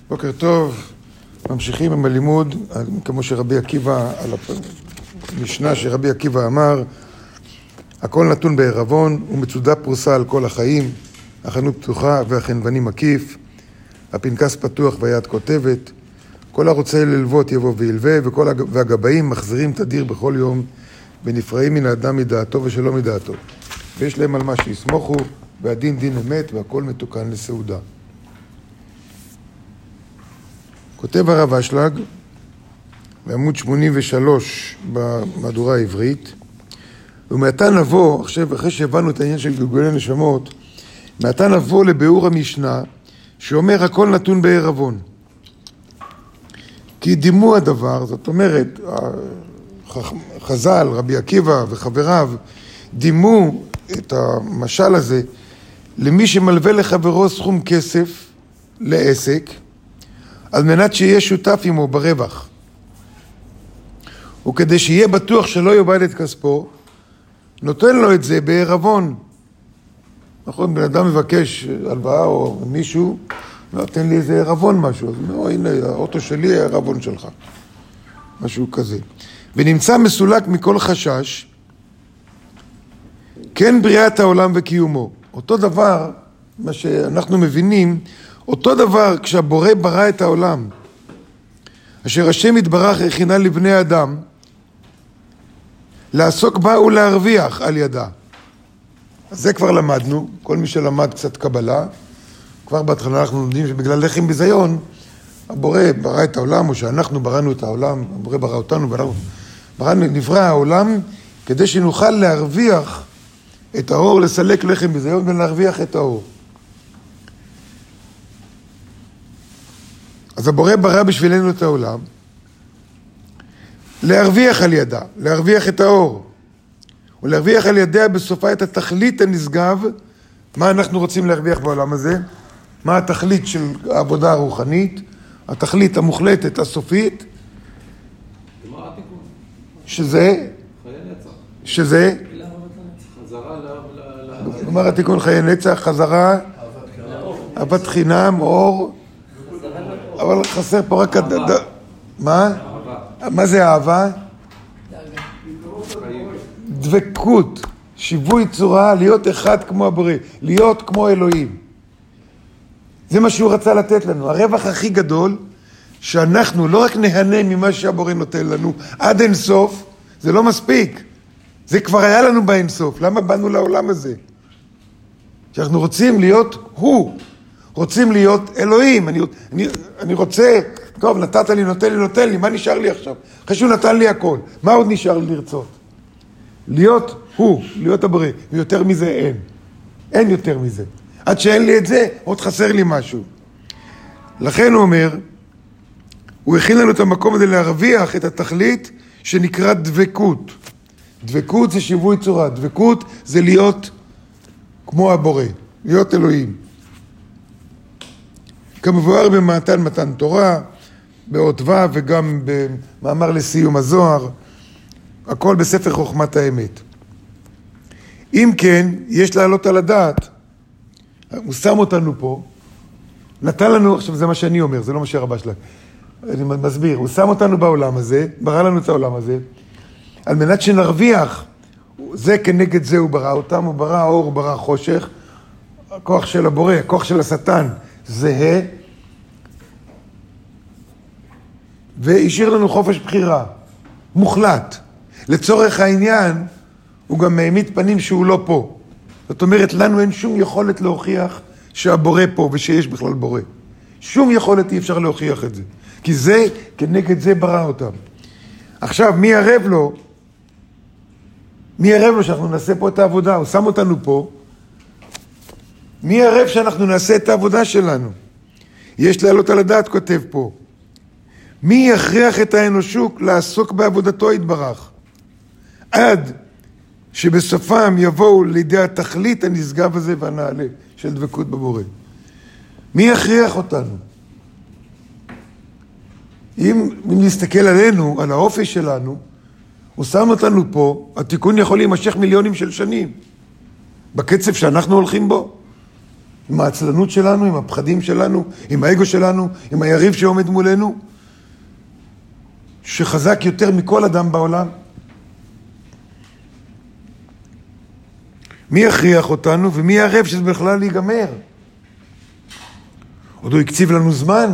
בוקר טוב, ממשיכים עם הלימוד, כמו שרבי עקיבא, על המשנה שרבי עקיבא אמר, הכל נתון בערבון ומצודה פרוסה על כל החיים, החנות פתוחה והחנווני מקיף, הפנקס פתוח והיד כותבת, כל הרוצה ללוות יבוא וילווה, והגבאים מחזירים תדיר בכל יום, ונפרעים מן האדם מדעתו ושלא מדעתו. ויש להם על מה שיסמוכו, והדין דין אמת, והכל מתוקן לסעודה. כותב הרב אשלג, בעמוד 83 במהדורה העברית, ומעתה נבוא, אחרי שהבנו את העניין של גלגולי נשמות, מעתה נבוא לביאור המשנה, שאומר הכל נתון בערבון. כי דימו הדבר, זאת אומרת, חז"ל, רבי עקיבא וחבריו, דימו את המשל הזה למי שמלווה לחברו סכום כסף לעסק, על מנת שיהיה שותף עמו ברווח. וכדי שיהיה בטוח שלא יאבד את כספו, נותן לו את זה בערבון. נכון, בן אדם מבקש הלוואה או מישהו, נותן לי איזה ערבון משהו, אז אומר, הנה, האוטו שלי הערבון שלך. משהו כזה. ונמצא מסולק מכל חשש, כן בריאת העולם וקיומו. אותו דבר, מה שאנחנו מבינים, אותו דבר כשהבורא ברא את העולם, אשר השם יתברך הכינה לבני אדם, לעסוק בה ולהרוויח על ידה. אז זה כבר למדנו, כל מי שלמד קצת קבלה, כבר בהתחלה אנחנו לומדים שבגלל לחם ביזיון, הבורא ברא את העולם, או שאנחנו בראנו את העולם, הבורא ברא אותנו, נברא העולם, כדי שנוכל להרוויח את האור, לסלק לחם ביזיון ולהרוויח את האור. אז הבורא ברא בשבילנו את העולם, להרוויח על ידה, להרוויח את האור, ולהרוויח על ידיה בסופה את התכלית הנשגב, מה אנחנו רוצים להרוויח בעולם הזה, מה התכלית של העבודה הרוחנית, התכלית המוחלטת, הסופית, שזה, שזה, כלומר התיקון חיי נצח, חזרה, אהבת חינם, אור, אבל חסר פה רק... מה? מה זה אהבה? דבקות, שיווי צורה, להיות אחד כמו הבורא, להיות כמו אלוהים. זה מה שהוא רצה לתת לנו. הרווח הכי גדול, שאנחנו לא רק נהנה ממה שהבורא נותן לנו, עד אין סוף, זה לא מספיק. זה כבר היה לנו באין סוף. למה באנו לעולם הזה? שאנחנו רוצים להיות הוא. רוצים להיות אלוהים. אני רוצה, טוב, נתת לי, נותן לי, מה נשאר לי עכשיו? אחרי שהוא נתן לי הכל. מה עוד נשאר לי לרצות? להיות הוא, להיות הבורא. ויותר מזה אין. אין יותר מזה. עד שאין לי את זה, עוד חסר לי משהו. לכן הוא אומר, הוא הכין לנו את המקום הזה להרוויח את התכלית שנקרא דבקות. דבקות זה שיווי צורה. דבקות זה להיות כמו הבורא. להיות אלוהים. כמבואר מתן תורה, באות ו' וגם במאמר לסיום הזוהר, הכל בספר חוכמת האמת. אם כן, יש לעלות על הדעת, הוא שם אותנו פה, נתן לנו, עכשיו זה מה שאני אומר, זה לא מה שהרב אשלג, אני מסביר, הוא שם אותנו בעולם הזה, ברא לנו את העולם הזה, על מנת שנרוויח, זה כנגד זה הוא ברא אותם, הוא ברא אור, הוא ברא חושך, הכוח של הבורא, הכוח של השטן, זהה, והשאיר לנו חופש בחירה, מוחלט. לצורך העניין, הוא גם מעמיד פנים שהוא לא פה. זאת אומרת, לנו אין שום יכולת להוכיח שהבורא פה ושיש בכלל בורא. שום יכולת אי אפשר להוכיח את זה. כי זה, כנגד זה ברא אותם. עכשיו, מי ערב לו? מי ערב לו שאנחנו נעשה פה את העבודה? הוא שם אותנו פה. מי ערב שאנחנו נעשה את העבודה שלנו? יש לעלות על הדעת, כותב פה. מי יכריח את האנושות לעסוק בעבודתו יתברך? עד שבסופם יבואו לידי התכלית הנשגב הזה והנעלה של דבקות בבורא. מי יכריח אותנו? אם נסתכל עלינו, על האופי שלנו, הוא שם אותנו פה, התיקון יכול להימשך מיליונים של שנים. בקצב שאנחנו הולכים בו. עם העצלנות שלנו, עם הפחדים שלנו, עם האגו שלנו, עם היריב שעומד מולנו, שחזק יותר מכל אדם בעולם. מי יכריח אותנו ומי יערב שזה בכלל ייגמר? עוד הוא הקציב לנו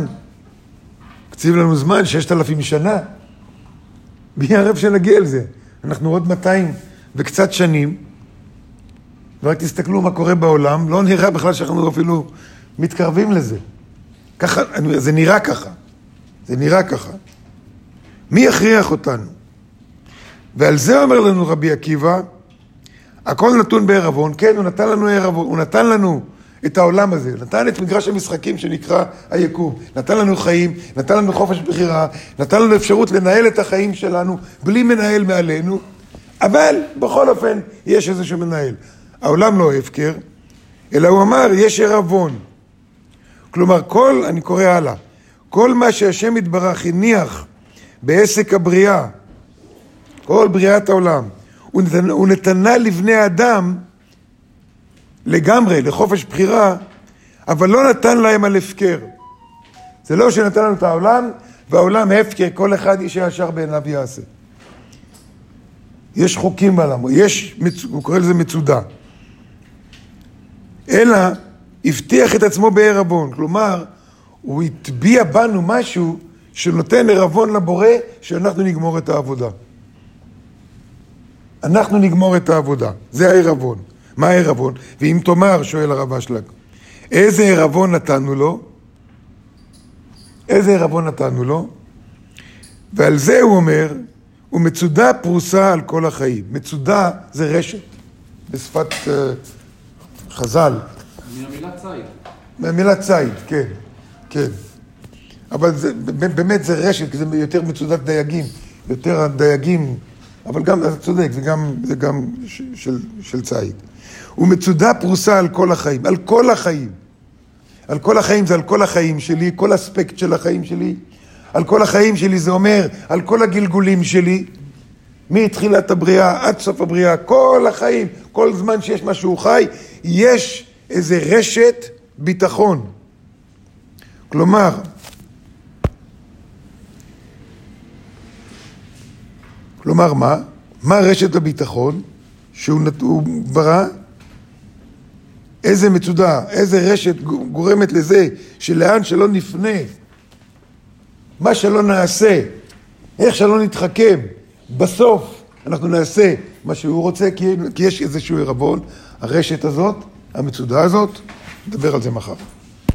זמן, 6,000 שנה. מי יערב שנגיע על זה? אנחנו עוד 200 וקצת שנים, ורק תסתכלו מה קורה בעולם, לא נראה בכלל שאנחנו אפילו מתקרבים לזה. ככה, זה נראה ככה. מי יכריח אותנו? ועל זה אומר לנו רבי עקיבא, הכל נתון בערבון. כן, הוא נתן לנו ערבון, הוא נתן לנו את העולם הזה, נתן את מגרש המשחקים שנקרא היקום, נתן לנו חיים, נתן לנו חופש בחירה, נתן לנו אפשרות לנהל את החיים שלנו בלי מנהל מעלינו, אבל בכל אופן יש איזשהו מנהל. העולם לא הפקר, אלא הוא אמר יש ערבון. כלומר, אני קורא הלאה, כל מה שהשם יתברך הניח בעסק הבריאה, כל בריאת העולם, הוא נתנה לבני האדם לגמרי, לחופש בחירה, אבל לא נתן להם על הפקר. זה לא שנתן לנו את העולם, והעולם הפקר, כל אחד איש הישר בעיניו יעשה. יש חוקים בעולם, הוא קורא לזה מצודה. אלא הבטיח את עצמו בערבון, כלומר, הוא הטביע בנו משהו שנותן ערבון לבורא, שאנחנו נגמור את העבודה. אנחנו נגמור את העבודה, זה הערבון. מה הערבון? ואם תאמר, שואל הרב אשלג, איזה ערבון נתנו לו? איזה ערבון נתנו לו? ועל זה הוא אומר, ומצודה פרוסה על כל החיים. מצודה זה רשת, בשפת חז"ל. מהמילה ציד. מהמילה ציד, כן, כן. אבל באמת זה רשת, כי זה יותר מצודת דייגים, יותר הדייגים, אבל גם, אתה צודק, זה גם של ציד. ומצודה פרוסה על כל החיים, על כל החיים. על כל החיים זה על כל החיים שלי, כל אספקט של החיים שלי. על כל החיים שלי זה אומר, על כל הגלגולים שלי, מתחילת הבריאה עד סוף הבריאה, כל החיים, כל זמן שיש משהו חי, יש איזה רשת ביטחון. כלומר, מה? מה רשת הביטחון שהוא ברא? איזה מצודה, איזה רשת גורמת לזה שלאן שלא נפנה, מה שלא נעשה, איך שלא נתחכם, בסוף אנחנו נעשה מה שהוא רוצה, כי יש איזשהו ערבון, הרשת הזאת, המצודה הזאת, נדבר על זה מחר.